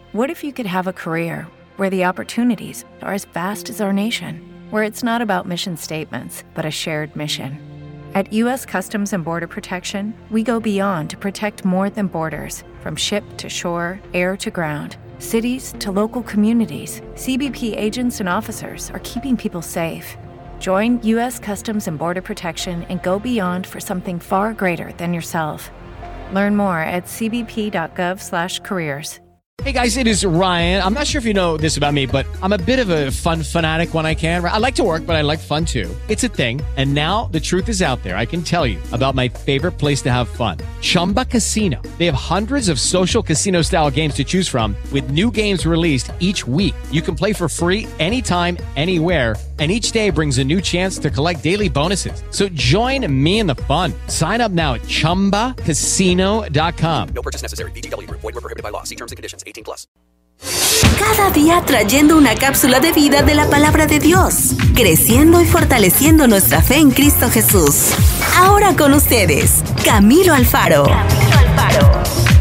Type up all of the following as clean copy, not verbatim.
What if you could have a career where the opportunities are as vast as our nation, where it's not about mission statements, but a shared mission? At U.S. Customs and Border Protection, we go beyond to protect more than borders. From ship to shore, air to ground, cities to local communities, CBP agents and officers are keeping people safe. Join U.S. Customs and Border Protection and go beyond for something far greater than yourself. Learn more at cbp.gov/careers. Hey guys, it is Ryan. I'm not sure if you know this about me, but I'm a bit of a fun fanatic when I can. I like to work, but I like fun too. It's a thing. And now the truth is out there. I can tell you about my favorite place to have fun. Chumba Casino. They have hundreds of social casino style games to choose from with new games released each week. You can play for free anytime, anywhere. And each day brings a new chance to collect daily bonuses. So join me in the fun. Sign up now at ChumbaCasino.com. No purchase necessary. VGW Group. Void where prohibited by law. See terms and conditions. 18+. Cada día trayendo una cápsula de vida de la palabra de Dios, creciendo y fortaleciendo nuestra fe en Cristo Jesús. Ahora con ustedes, Camilo Alfaro. Camilo Alfaro.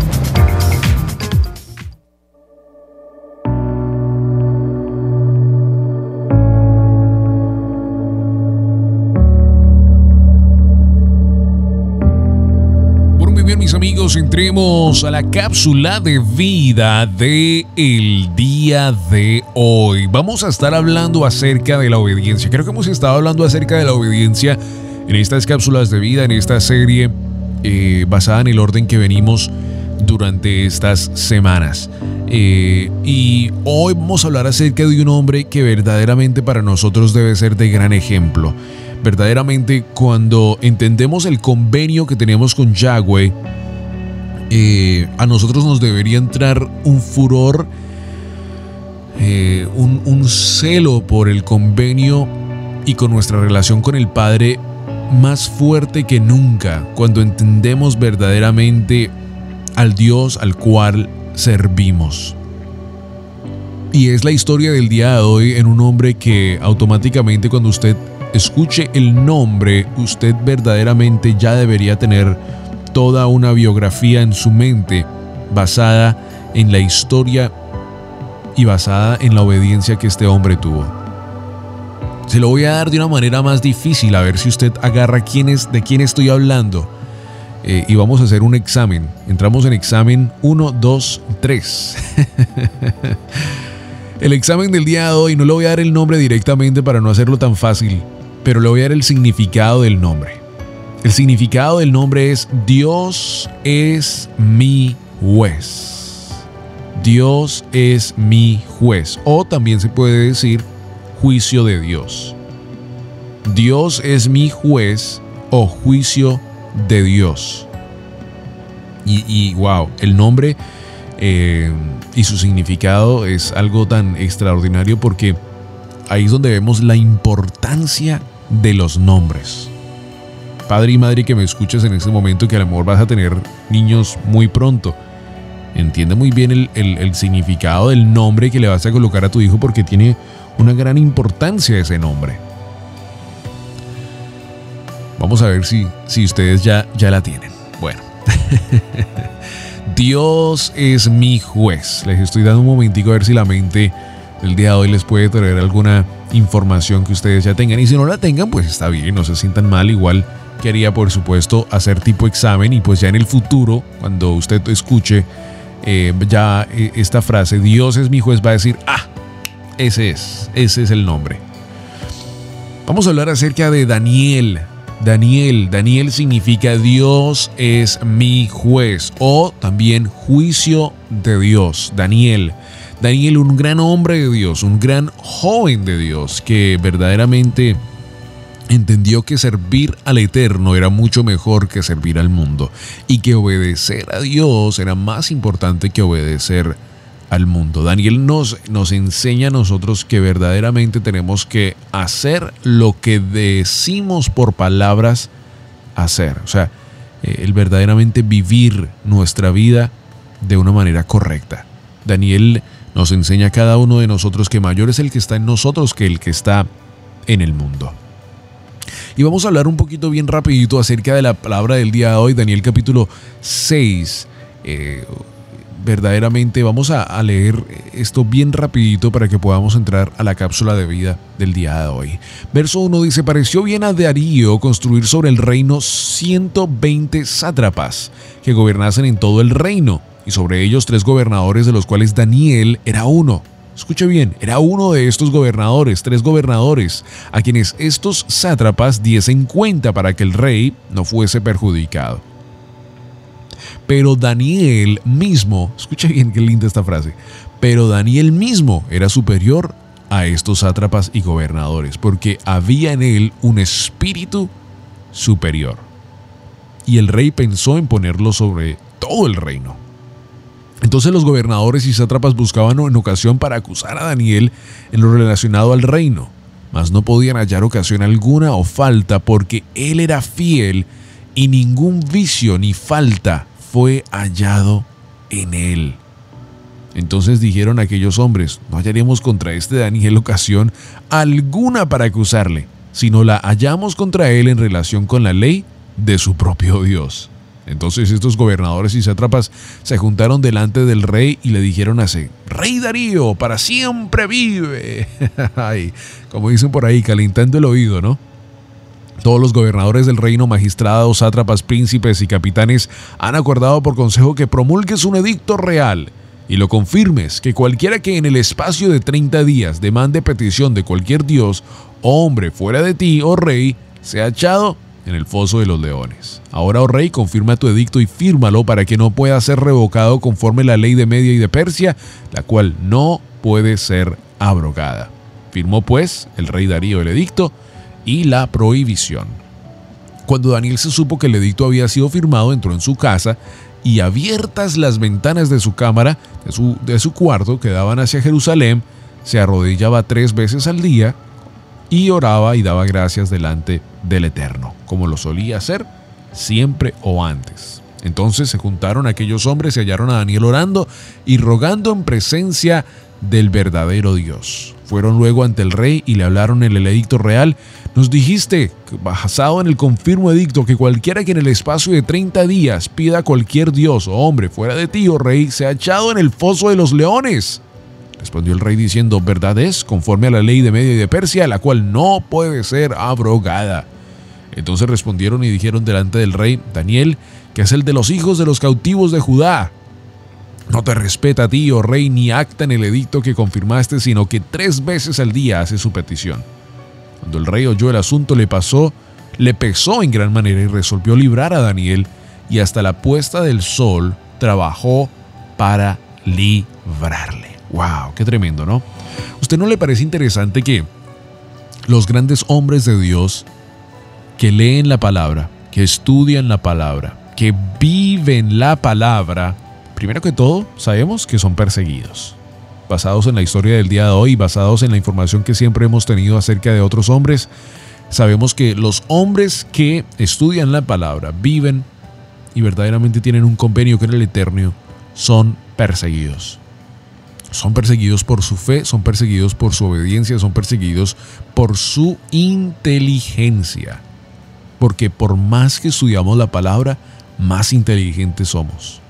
Bien, mis amigos, entremos a la cápsula de vida de el día de hoy. Vamos a estar hablando acerca de la obediencia. Creo que hemos estado hablando acerca de la obediencia en estas cápsulas de vida, en esta serie basada en el orden que venimos durante estas semanas. Y hoy vamos a hablar acerca de un hombre que verdaderamente para nosotros debe ser de gran ejemplo. Verdaderamente, cuando entendemos el convenio que tenemos con Yahweh, a nosotros nos debería entrar un furor, un celo por el convenio y con nuestra relación con el Padre más fuerte que nunca, cuando entendemos verdaderamente al Dios al cual servimos. Y es la historia del día de hoy en un hombre que automáticamente, cuando usted escuche el nombre, usted verdaderamente ya debería tener toda una biografía en su mente basada en la historia y basada en la obediencia que este hombre tuvo. Se lo voy a dar de una manera más difícil, a ver si usted agarra de quién estoy hablando. Y vamos a hacer un examen. Entramos en examen 1, 2, 3. El examen del día de hoy, no le voy a dar el nombre directamente para no hacerlo tan fácil, pero le voy a dar el significado del nombre. El significado del nombre es: Dios es mi juez. Dios es mi juez. O también se puede decir juicio de Dios. Dios es mi juez o juicio de Dios. Y wow, el nombre y su significado es algo tan extraordinario, porque ahí es donde vemos la importancia de los nombres. Padre y madre que me escuchas en este momento, que a lo mejor vas a tener niños muy pronto, entiende muy bien el significado del nombre que le vas a colocar a tu hijo, porque tiene una gran importancia ese nombre. Vamos a ver si ustedes ya la tienen. Bueno. Dios es mi juez. Les estoy dando un momentico a ver si la mente el día de hoy les puede traer alguna información que ustedes ya tengan, y si no la tengan, pues está bien, no se sientan mal. Igual quería, por supuesto, hacer tipo examen, y pues ya en el futuro, cuando usted escuche ya esta frase, Dios es mi juez, va a decir, ese es el nombre. Vamos a hablar acerca de Daniel. Daniel significa Dios es mi juez, o también juicio de Dios. Daniel, un gran hombre de Dios, un gran joven de Dios, que verdaderamente entendió que servir al Eterno era mucho mejor que servir al mundo, y que obedecer a Dios era más importante que obedecer al mundo. Daniel nos enseña a nosotros que verdaderamente tenemos que hacer lo que decimos por palabras hacer. O sea, el verdaderamente vivir nuestra vida de una manera correcta. Daniel nos enseña a cada uno de nosotros que mayor es el que está en nosotros que el que está en el mundo. Y vamos a hablar un poquito bien rapidito acerca de la palabra del día de hoy, Daniel capítulo 6. verdaderamente vamos a leer esto bien rapidito para que podamos entrar a la cápsula de vida del día de hoy. Verso 1 dice: pareció bien a Darío construir sobre el reino 120 sátrapas que gobernasen en todo el reino, y sobre ellos 3 gobernadores, de los cuales Daniel era uno. Escuche bien, era uno de estos gobernadores, 3 gobernadores, a quienes estos sátrapas diesen cuenta para que el rey no fuese perjudicado. Pero Daniel mismo, escucha bien qué linda esta frase, pero Daniel mismo era superior a estos sátrapas y gobernadores, porque había en él un espíritu superior. Y el rey pensó en ponerlo sobre todo el reino. Entonces los gobernadores y sátrapas buscaban en ocasión para acusar a Daniel en lo relacionado al reino, mas no podían hallar ocasión alguna o falta, porque él era fiel y ningún vicio ni falta fue hallado en él. Entonces dijeron aquellos hombres: no hallaremos contra este Daniel ocasión alguna para acusarle, sino la hallamos contra él en relación con la ley de su propio Dios. Entonces estos gobernadores y sátrapas se juntaron delante del rey y le dijeron así: Rey Darío, para siempre vive. Ay, como dicen por ahí, calentando el oído, ¿no? Todos los gobernadores del reino, magistrados, sátrapas, príncipes y capitanes han acordado por consejo que promulgues un edicto real y lo confirmes, que cualquiera que en el espacio de 30 días demande petición de cualquier dios o hombre fuera de ti, oh rey, sea echado en el foso de los leones. Ahora, oh rey, confirma tu edicto y fírmalo para que no pueda ser revocado conforme la ley de Media y de Persia, la cual no puede ser abrogada. Firmó pues el rey Darío el edicto y la prohibición. Cuando Daniel se supo que el edicto había sido firmado, entró en su casa, y abiertas las ventanas de su cámara, de su cuarto que daban hacia Jerusalén, se arrodillaba 3 veces al día y oraba y daba gracias delante del Eterno, como lo solía hacer siempre o antes. Entonces se juntaron aquellos hombres y hallaron a Daniel orando y rogando en presencia del verdadero Dios. Fueron luego ante el rey y le hablaron en el edicto real. Nos dijiste, basado en el confirmo edicto, que cualquiera que en el espacio de 30 días pida a cualquier dios o hombre fuera de ti, oh rey, sea echado en el foso de los leones. Respondió el rey diciendo: verdad es, conforme a la ley de Media y de Persia, la cual no puede ser abrogada. Entonces respondieron y dijeron delante del rey: Daniel, que es el de los hijos de los cautivos de Judá, no te respeta a ti, oh rey, ni acta en el edicto que confirmaste, sino que 3 veces al día hace su petición. Cuando el rey oyó el asunto, le pesó en gran manera y resolvió librar a Daniel, y hasta la puesta del sol trabajó para librarle. ¡Wow! ¡Qué tremendo!, ¿no? ¿Usted no le parece interesante que los grandes hombres de Dios que leen la palabra, que estudian la palabra, que viven la palabra, primero que todo, sabemos que son perseguidos? Basados en la historia del día de hoy, basados en la información que siempre hemos tenido acerca de otros hombres, sabemos que los hombres que estudian la palabra, viven y verdaderamente tienen un convenio con el Eterno, son perseguidos. Son perseguidos por su fe, son perseguidos por su obediencia, son perseguidos por su inteligencia. Porque por más que estudiamos la palabra, más inteligentes somos.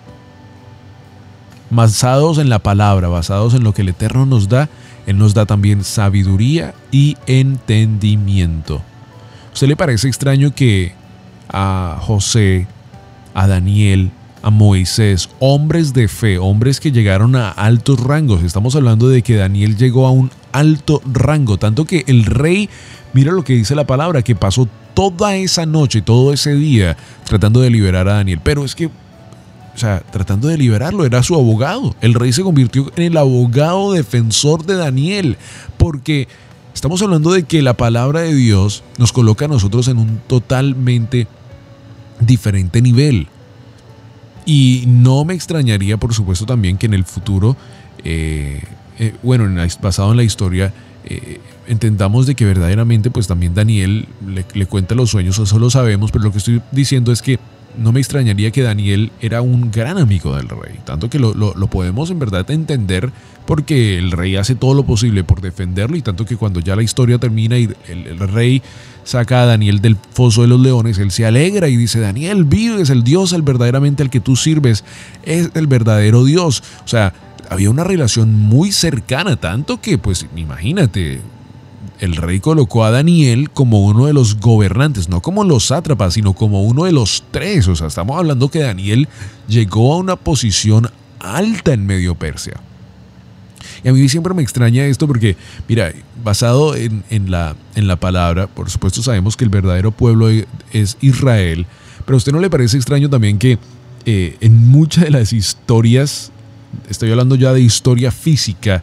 Basados en la palabra, basados en lo que el Eterno nos da, Él nos da también sabiduría y entendimiento. ¿A usted le parece extraño que a José, a Daniel, a Moisés, hombres de fe, hombres que llegaron a altos rangos? Estamos hablando de que Daniel llegó a un alto rango, tanto que el rey, mira lo que dice la palabra, que pasó toda esa noche, todo ese día, tratando de liberar a Daniel. Pero es que, tratando de liberarlo, era su abogado. El rey se convirtió en el abogado defensor de Daniel, porque estamos hablando de que la palabra de Dios nos coloca a nosotros en un totalmente diferente nivel. Y no me extrañaría, por supuesto, también que en el futuro, basado en la historia, entendamos de que verdaderamente pues también Daniel le cuenta los sueños. Eso lo sabemos, pero lo que estoy diciendo es que no me extrañaría que Daniel era un gran amigo del rey, tanto que lo podemos en verdad entender porque el rey hace todo lo posible por defenderlo, y tanto que cuando ya la historia termina y el rey saca a Daniel del foso de los leones, él se alegra y dice: Daniel, vives, el Dios verdaderamente al que tú sirves es el verdadero Dios. O sea, había una relación muy cercana, tanto que pues imagínate, el rey colocó a Daniel como uno de los gobernantes, no como los sátrapas, sino como uno de los 3. O sea, estamos hablando que Daniel llegó a una posición alta en Medio Persia. Y a mí siempre me extraña esto porque, mira, basado en la palabra, por supuesto sabemos que el verdadero pueblo es Israel, pero ¿a usted no le parece extraño también que en muchas de las historias, estoy hablando ya de historia física,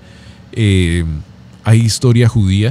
hay historia judía?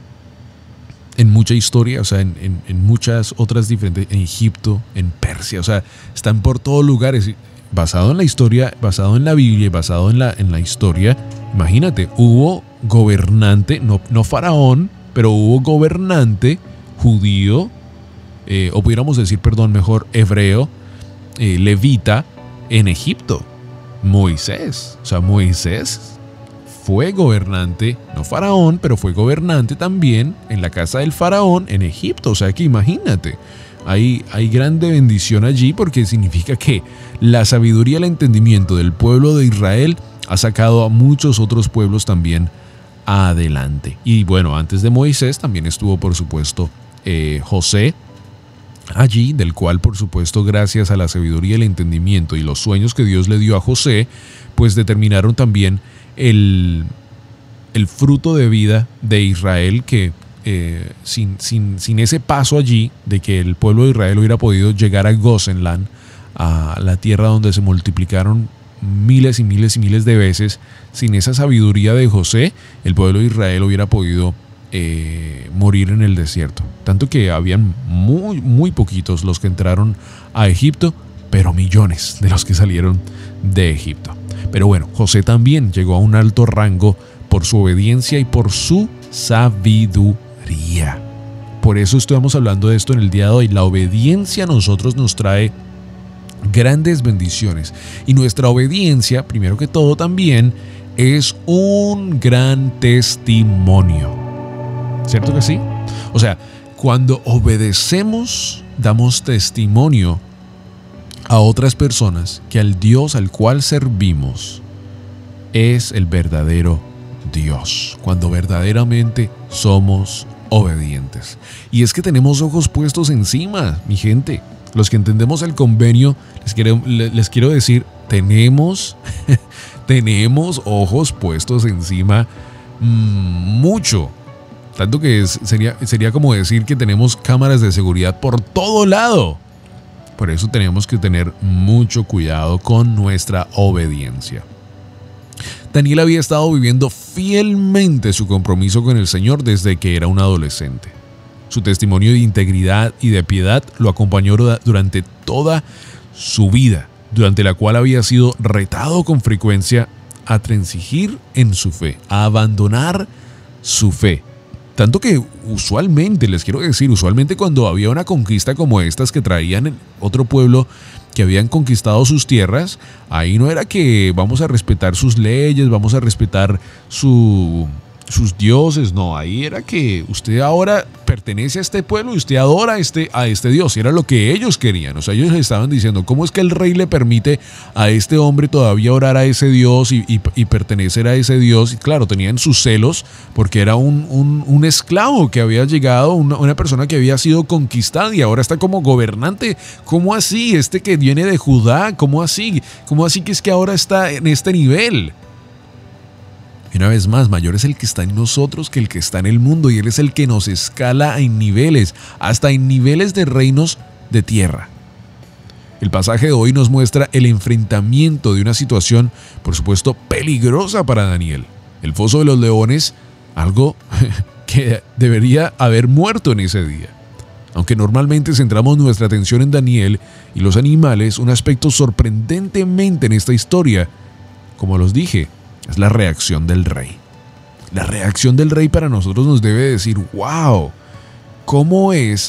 En mucha historia, o sea, en muchas otras diferentes, en Egipto, en Persia, o sea, están por todos lugares. Basado en la historia, basado en la Biblia y basado en la historia, imagínate, hubo gobernante, no faraón, pero hubo gobernante judío, o pudiéramos decir, perdón, mejor hebreo, levita, en Egipto. Moisés, o sea, Moisés fue gobernante, no faraón, pero fue gobernante también en la casa del faraón en Egipto. O sea que imagínate, hay grande bendición allí, porque significa que la sabiduría y el entendimiento del pueblo de Israel ha sacado a muchos otros pueblos también adelante. Y bueno, antes de Moisés también estuvo, por supuesto, José allí, del cual, por supuesto, gracias a la sabiduría, el entendimiento y los sueños que Dios le dio a José, pues determinaron también el fruto de vida de Israel, que sin ese paso allí de que el pueblo de Israel hubiera podido llegar a Gosenland, a la tierra donde se multiplicaron miles y miles y miles de veces, sin esa sabiduría de José, el pueblo de Israel hubiera podido morir en el desierto. Tanto que habían muy poquitos los que entraron a Egipto, pero millones de los que salieron de Egipto. Pero bueno, José también llegó a un alto rango por su obediencia y por su sabiduría. Por eso estamos hablando de esto en el día de hoy. La obediencia a nosotros nos trae grandes bendiciones, y nuestra obediencia, primero que todo, también es un gran testimonio. ¿Cierto que sí? O sea, cuando obedecemos, damos testimonio a otras personas que al Dios al cual servimos es el verdadero Dios, cuando verdaderamente somos obedientes. Y es que tenemos ojos puestos encima, mi gente. Los que entendemos el convenio, les quiero decir, tenemos ojos puestos encima, mucho. Tanto que sería como decir que tenemos cámaras de seguridad por todo lado. Por eso tenemos que tener mucho cuidado con nuestra obediencia. Daniel había estado viviendo fielmente su compromiso con el Señor desde que era un adolescente. Su testimonio de integridad y de piedad lo acompañó durante toda su vida, durante la cual había sido retado con frecuencia a transigir en su fe, a abandonar su fe. Tanto que usualmente cuando había una conquista como estas que traían otro pueblo que habían conquistado sus tierras, ahí no era que vamos a respetar sus leyes, vamos a respetar sus dioses, no, ahí era que usted ahora pertenece a este pueblo y usted adora a este Dios, y era lo que ellos querían. O sea, ellos estaban diciendo, ¿cómo es que el rey le permite a este hombre todavía orar a ese Dios y pertenecer a ese Dios? Y claro, tenían sus celos porque era un esclavo que había llegado, una persona que había sido conquistada y ahora está como gobernante. ¿Cómo así? Este que viene de Judá, ¿cómo así? ¿Cómo así que es que ahora está en este nivel? Y una vez más, mayor es el que está en nosotros que el que está en el mundo, y Él es el que nos escala en niveles, hasta en niveles de reinos de tierra. El pasaje de hoy nos muestra el enfrentamiento de una situación, por supuesto, peligrosa para Daniel. El foso de los leones, algo que debería haber muerto en ese día. Aunque normalmente centramos nuestra atención en Daniel y los animales, un aspecto sorprendentemente en esta historia, como los dije, es la reacción del rey. La reacción del rey para nosotros nos debe decir, wow, ¿cómo es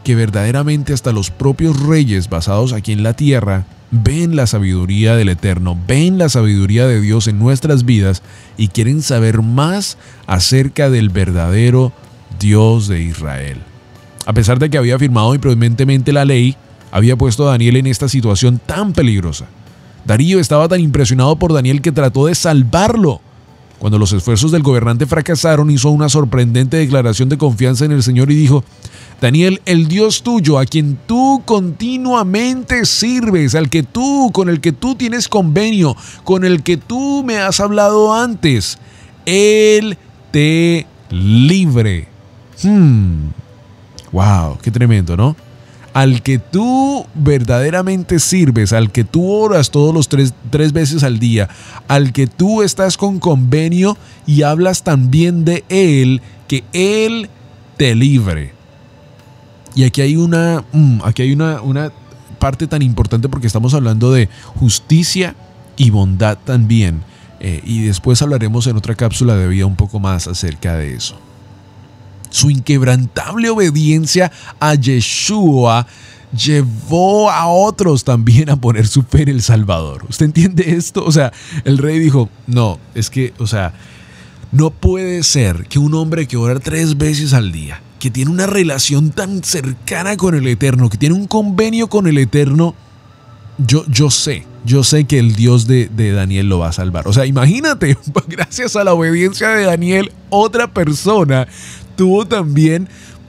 que verdaderamente hasta los propios reyes basados aquí en la tierra ven la sabiduría del Eterno, ven la sabiduría de Dios en nuestras vidas y quieren saber más acerca del verdadero Dios de Israel. A pesar de que había firmado imprudentemente la ley, había puesto a Daniel en esta situación tan peligrosa. Darío estaba tan impresionado por Daniel que trató de salvarlo. Cuando los esfuerzos del gobernante fracasaron, hizo una sorprendente declaración de confianza en el Señor y dijo: Daniel, el Dios tuyo, a quien tú continuamente sirves, con el que tú tienes convenio, con el que tú me has hablado antes, Él te libre. Wow, qué tremendo, ¿no? Al que tú verdaderamente sirves, al que tú oras todos los tres veces al día, al que tú estás con convenio y hablas también de Él, que Él te libre. Y aquí hay una parte tan importante porque estamos hablando de justicia y bondad también. Y después hablaremos en otra cápsula de vida un poco más acerca de eso. Su inquebrantable obediencia a Yeshua llevó a otros también a poner su fe en el Salvador. ¿Usted entiende esto? O sea, el rey dijo, no, es que, no puede ser que un hombre que ora 3 veces al día, que tiene una relación tan cercana con el Eterno, que tiene un convenio con el Eterno, yo sé que el Dios de Daniel lo va a salvar. O sea, imagínate, gracias a la obediencia de Daniel, otra persona tuvo también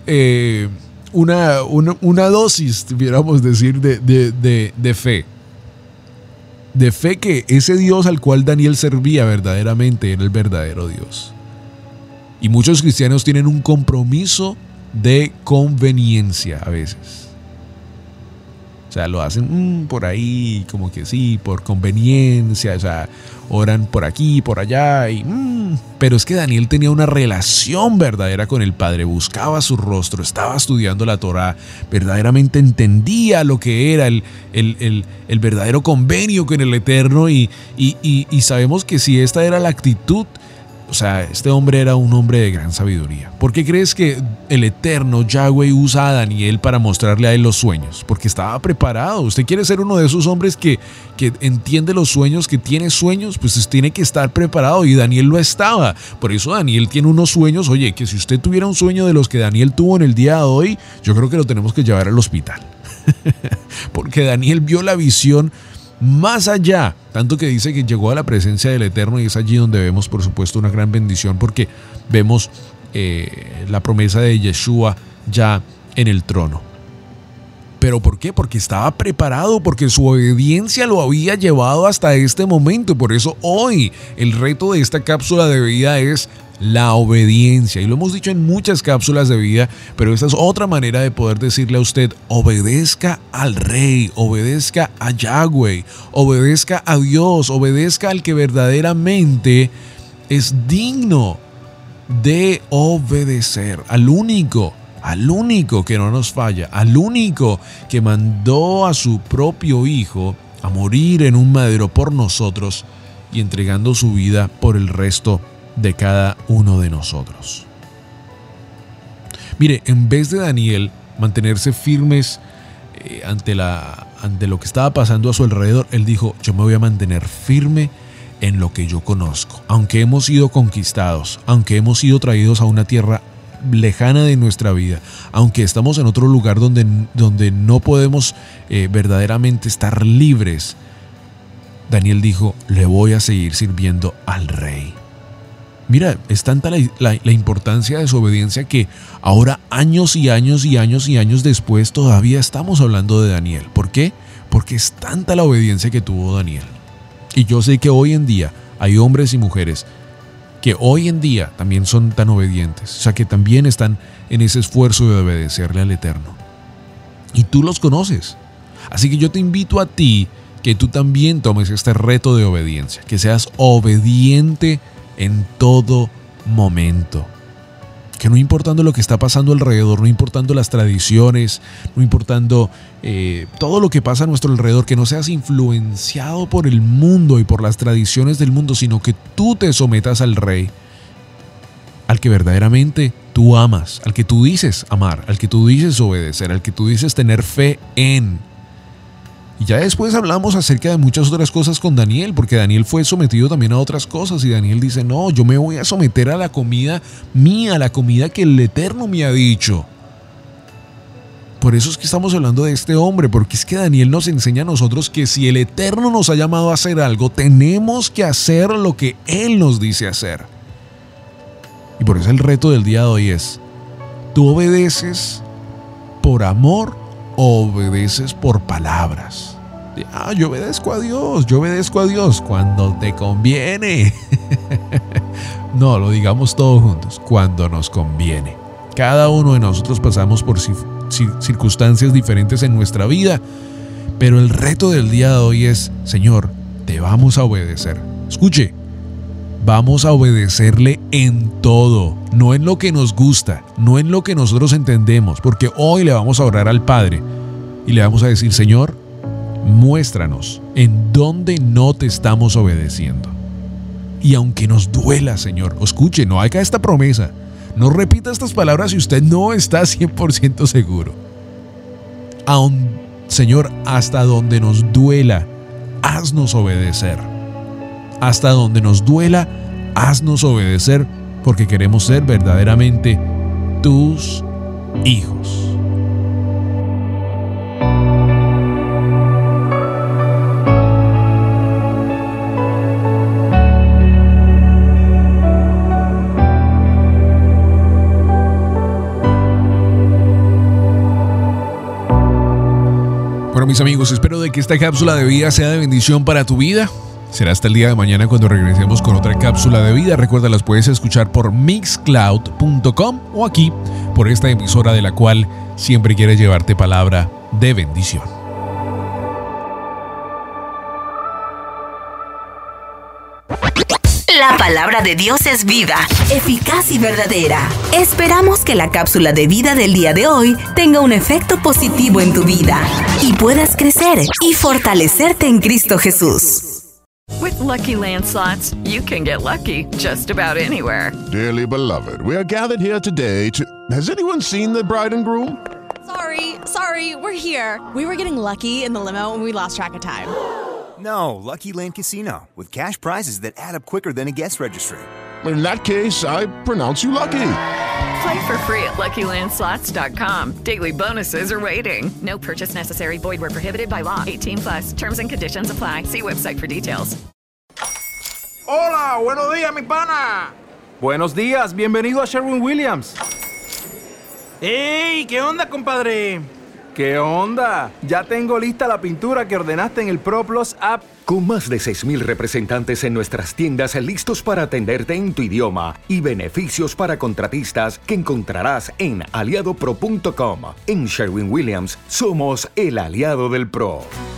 una dosis, pudiéramos decir, de fe. De fe que ese Dios al cual Daniel servía verdaderamente era el verdadero Dios. Y muchos cristianos tienen un compromiso de conveniencia a veces. O sea, lo hacen por ahí, como que sí, por conveniencia, o sea, oran por aquí, por allá, pero es que Daniel tenía una relación verdadera con el Padre, buscaba su rostro, estaba estudiando la Torá, verdaderamente entendía lo que era el verdadero convenio con el Eterno y sabemos que si esta era la actitud, o sea, este hombre era un hombre de gran sabiduría. ¿Por qué crees que el Eterno Yahweh usa a Daniel para mostrarle a él los sueños? Porque estaba preparado. Usted quiere ser uno de esos hombres que entiende los sueños, que tiene sueños, pues tiene que estar preparado y Daniel lo estaba. Por eso Daniel tiene unos sueños. Oye, que si usted tuviera un sueño de los que Daniel tuvo en el día de hoy, yo creo que lo tenemos que llevar al hospital. Porque Daniel vio la visión más allá, tanto que dice que llegó a la presencia del Eterno y es allí donde vemos, por supuesto, una gran bendición porque vemos la promesa de Yeshua ya en el trono. ¿Pero por qué? Porque estaba preparado, porque su obediencia lo había llevado hasta este momento. Por eso hoy el reto de esta cápsula de vida es la obediencia. Y lo hemos dicho en muchas cápsulas de vida, pero esta es otra manera de poder decirle a usted: obedezca al Rey, obedezca a Yahweh, obedezca a Dios, obedezca al que verdaderamente es digno de obedecer, al único que no nos falla, al único que mandó a su propio Hijo a morir en un madero por nosotros y entregando su vida por el resto de cada uno de nosotros. Mire, en vez de Daniel mantenerse firmes ante lo que estaba pasando a su alrededor, él dijo: yo me voy a mantener firme en lo que yo conozco. Aunque hemos sido conquistados, aunque hemos sido traídos a una tierra lejana de nuestra vida, aunque estamos en otro lugar donde no podemos verdaderamente estar libres, Daniel dijo: le voy a seguir sirviendo al Rey. Mira, es tanta la importancia de su obediencia que ahora, años y años y años y años después, todavía estamos hablando de Daniel. ¿Por qué? Porque es tanta la obediencia que tuvo Daniel. Y yo sé que hoy en día hay hombres y mujeres que hoy en día también son tan obedientes, o sea, que también están en ese esfuerzo de obedecerle al Eterno. Y tú los conoces. Así que yo te invito a ti que tú también tomes este reto de obediencia, que seas obediente en todo momento. Que no importando lo que está pasando alrededor, no importando las tradiciones, no importando todo lo que pasa a nuestro alrededor, que no seas influenciado por el mundo y por las tradiciones del mundo, sino que tú te sometas al Rey, al que verdaderamente tú amas, al que tú dices amar, al que tú dices obedecer, al que tú dices tener fe en. Y ya después hablamos acerca de muchas otras cosas con Daniel, porque Daniel fue sometido también a otras cosas y Daniel dice, no, yo me voy a someter a la comida mía, a la comida que el Eterno me ha dicho. Por eso es que estamos hablando de este hombre, porque es que Daniel nos enseña a nosotros que si el Eterno nos ha llamado a hacer algo, tenemos que hacer lo que Él nos dice hacer. Y por eso el reto del día de hoy es, ¿tú obedeces por amor o obedeces por palabras? Yo obedezco a Dios cuando te conviene. No, lo digamos todos juntos, cuando nos conviene. Cada uno de nosotros pasamos por circunstancias diferentes en nuestra vida, pero el reto del día de hoy es, Señor, te vamos a obedecer. Escuche, vamos a obedecerle en todo, no en lo que nos gusta, no en lo que nosotros entendemos, porque hoy le vamos a orar al Padre y le vamos a decir, Señor, muéstranos en dónde no te estamos obedeciendo. Y aunque nos duela, Señor, escuche, no haga esta promesa, no repita estas palabras si usted no está 100% seguro. Señor, hasta donde nos duela, haznos obedecer. Hasta donde nos duela, haznos obedecer, porque queremos ser verdaderamente tus hijos. Bueno, mis amigos, espero de que esta cápsula de vida sea de bendición para tu vida. Será hasta el día de mañana cuando regresemos con otra cápsula de vida. Recuerda, las puedes escuchar por mixcloud.com o aquí por esta emisora de la cual siempre quiere llevarte palabra de bendición. La palabra de Dios es viva, eficaz y verdadera. Esperamos que la cápsula de vida del día de hoy tenga un efecto positivo en tu vida y puedas crecer y fortalecerte en Cristo Jesús. With Lucky Land Slots, you can get lucky just about anywhere. Dearly beloved, we are gathered here today to... Has anyone seen the bride and groom? Sorry, we're here. We were getting lucky in the limo and we lost track of time. No, Lucky Land Casino, with cash prizes that add up quicker than a guest registry. In that case, I pronounce you lucky. Play for free at LuckyLandSlots.com. Daily bonuses are waiting. No purchase necessary. Void where prohibited by law. 18+. Terms and conditions apply. See website for details. Hola, buenos días, mi pana. Buenos días, bienvenido a Sherwin-Williams. ¡Ey! ¿Qué onda, compadre? ¿Qué onda? Ya tengo lista la pintura que ordenaste en el ProPlus app. Con más de 6,000 representantes en nuestras tiendas listos para atenderte en tu idioma y beneficios para contratistas que encontrarás en aliadopro.com. En Sherwin-Williams somos el aliado del pro.